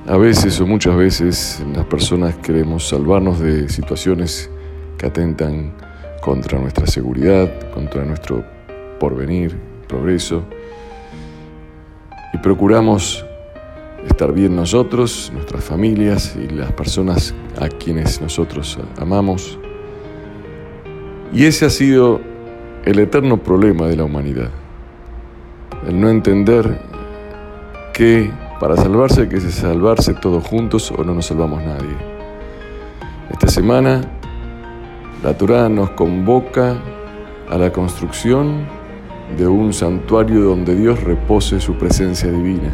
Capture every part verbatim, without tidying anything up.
A veces o muchas veces las personas queremos salvarnos de situaciones que atentan contra nuestra seguridad, contra nuestro porvenir, progreso, y procuramos estar bien nosotros, nuestras familias y las personas a quienes nosotros amamos. Y ese ha sido el eterno problema de la humanidad, el no entender que para salvarse hay que salvarse todos juntos o no nos salvamos nadie. Esta semana la Torá nos convoca a la construcción de un santuario donde Dios repose su presencia divina.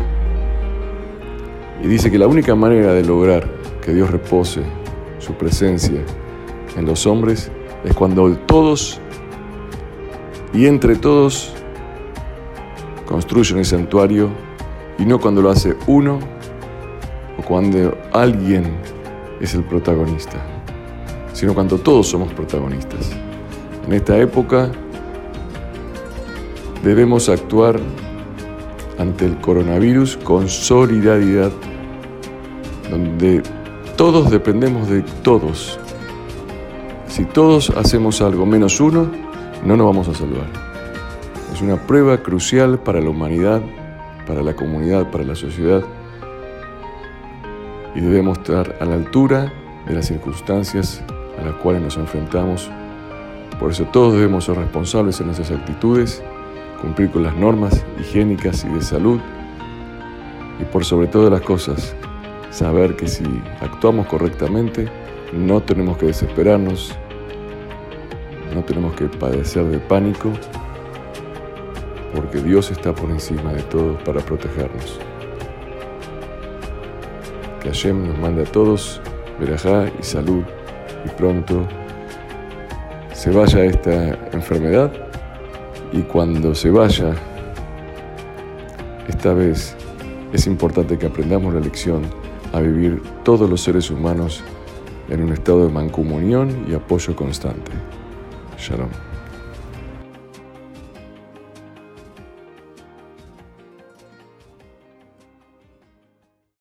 Y dice que la única manera de lograr que Dios repose su presencia en los hombres es cuando todos y entre todos construyen el santuario, y no cuando lo hace uno o cuando alguien es el protagonista, sino cuando todos somos protagonistas. En esta época debemos actuar ante el coronavirus con solidaridad, donde todos dependemos de todos. Si todos hacemos algo menos uno, no nos vamos a salvar. Es una prueba crucial para la humanidad, para la comunidad, para la sociedad, y debemos estar a la altura de las circunstancias a las cuales nos enfrentamos. Por eso todos debemos ser responsables en nuestras actitudes, cumplir con las normas higiénicas y de salud, y por sobre todas las cosas, saber que si actuamos correctamente, no tenemos que desesperarnos, no tenemos que padecer de pánico, porque Dios está por encima de todo para protegernos. Que Hashem nos mande a todos verajá y salud, y pronto se vaya esta enfermedad, y cuando se vaya, esta vez es importante que aprendamos la lección a vivir todos los seres humanos en un estado de mancomunión y apoyo constante. Shalom.